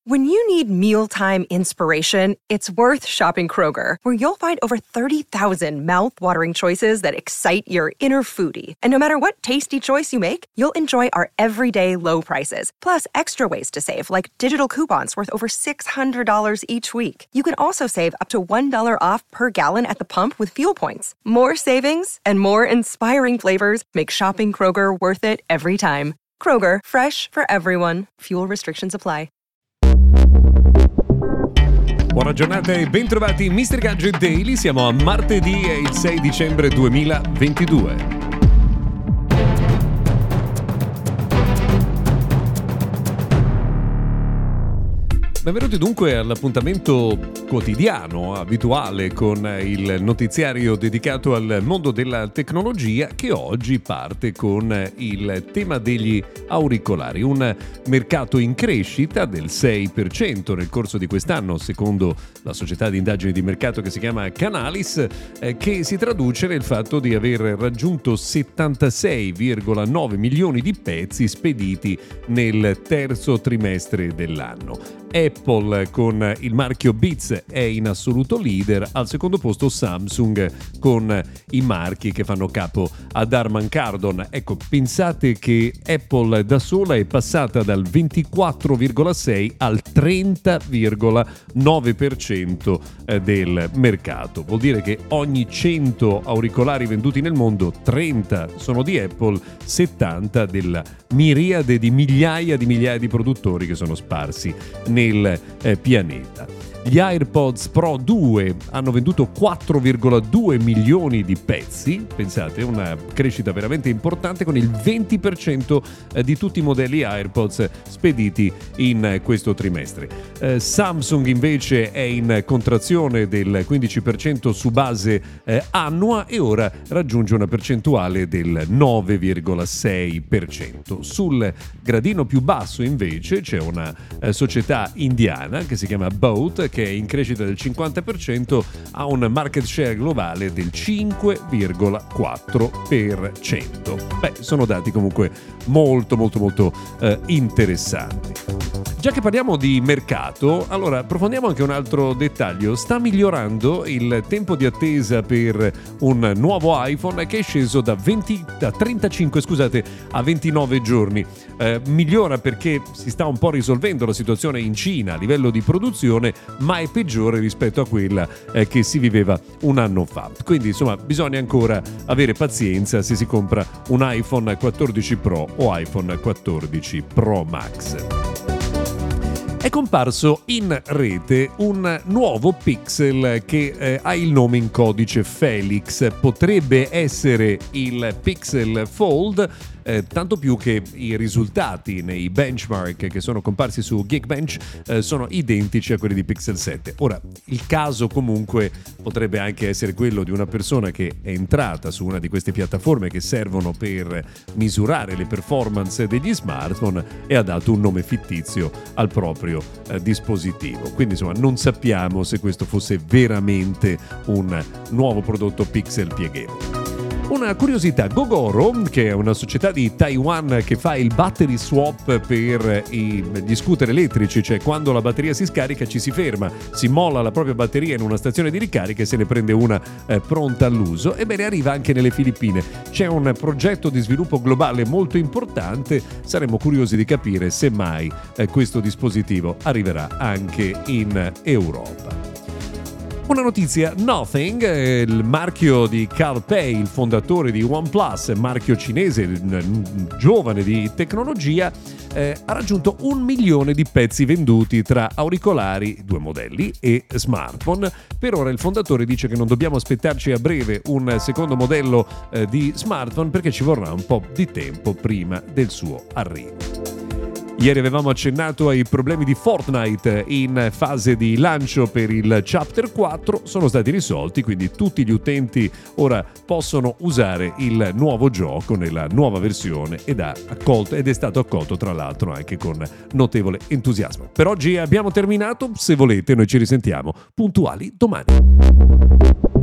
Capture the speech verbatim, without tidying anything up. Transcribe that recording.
When you need mealtime inspiration, it's worth shopping Kroger, where you'll find over thirty thousand mouth-watering choices that excite your inner foodie. And no matter what tasty choice you make, you'll enjoy our everyday low prices, plus extra ways to save, like digital coupons worth over six hundred dollars each week. You can also save up to one dollar off per gallon at the pump with fuel points. More savings and more inspiring flavors make shopping Kroger worth it every time. Kroger, fresh for everyone. Fuel restrictions apply. Buona giornata e bentrovati in mister Gadget Daily. Siamo a martedì e il sei dicembre duemilaventidue. Benvenuti dunque all'appuntamento quotidiano, abituale, con il notiziario dedicato al mondo della tecnologia, che oggi parte con il tema degli auricolari. Un mercato in crescita del sei per cento nel corso di quest'anno, secondo la società di indagini di mercato che si chiama Canalys, eh, che si traduce nel fatto di aver raggiunto settantasei virgola nove milioni di pezzi spediti nel terzo trimestre dell'anno. Apple con il marchio Beats è in assoluto leader, al secondo posto Samsung con i marchi che fanno capo ad Harman Kardon. Ecco, pensate che Apple da sola è passata dal ventiquattro virgola sei al trenta virgola nove per cento del mercato. Vuol dire che ogni cento auricolari venduti nel mondo, trenta sono di Apple, settanta della miriade di migliaia di migliaia di produttori che sono sparsi nel eh, pianeta. Gli AirPods Pro due hanno venduto quattro virgola due milioni di pezzi, pensate, una crescita veramente importante, con il venti per cento di tutti i modelli AirPods spediti in questo trimestre. Eh, Samsung invece è in contrazione del quindici per cento su base eh, annua e ora raggiunge una percentuale del nove virgola sei per cento. Sul gradino più basso invece c'è una eh, società indiana che si chiama Boat, che è in crescita del cinquanta per cento, ha un market share globale del cinque virgola quattro per cento. Beh, sono dati comunque molto molto molto eh, interessanti. Già che parliamo di mercato, allora approfondiamo anche un altro dettaglio. Sta migliorando il tempo di attesa per un nuovo iPhone, che è sceso da, venti, da trentacinque scusate, a ventinove giorni. Eh, migliora perché si sta un po' risolvendo la situazione in Cina a livello di produzione, ma è peggiore rispetto a quella eh, che si viveva un anno fa. Quindi insomma bisogna ancora avere pazienza se si compra un iPhone quattordici Pro o iPhone quattordici Pro Max. È comparso in rete un nuovo Pixel che eh, ha il nome in codice Felix. Potrebbe essere il Pixel Fold, eh, tanto più che i risultati nei benchmark che sono comparsi su Geekbench eh, sono identici a quelli di Pixel sette. Ora, il caso comunque potrebbe anche essere quello di una persona che è entrata su una di queste piattaforme che servono per misurare le performance degli smartphone e ha dato un nome fittizio al proprio eh, dispositivo. Quindi insomma non sappiamo se questo fosse veramente un nuovo prodotto Pixel pieghevole. Una curiosità: Gogoro, che è una società di Taiwan che fa il battery swap per i, gli scooter elettrici, cioè quando la batteria si scarica ci si ferma, si molla la propria batteria in una stazione di ricarica e se ne prende una eh, pronta all'uso. Ebbene, arriva anche nelle Filippine. C'è un progetto di sviluppo globale molto importante, saremo curiosi di capire se mai eh, questo dispositivo arriverà anche in Europa. Una notizia: Nothing, il marchio di Carl Pei, il fondatore di OnePlus, marchio cinese, giovane di tecnologia, eh, ha raggiunto un milione di pezzi venduti tra auricolari, due modelli, e smartphone. Per ora il fondatore dice che non dobbiamo aspettarci a breve un secondo modello eh, di smartphone perché ci vorrà un po' di tempo prima del suo arrivo. Ieri avevamo accennato ai problemi di Fortnite in fase di lancio per il Chapter quattro, sono stati risolti, quindi tutti gli utenti ora possono usare il nuovo gioco nella nuova versione ed, ha accolto, ed è stato accolto tra l'altro anche con notevole entusiasmo. Per oggi abbiamo terminato, se volete noi ci risentiamo puntuali domani.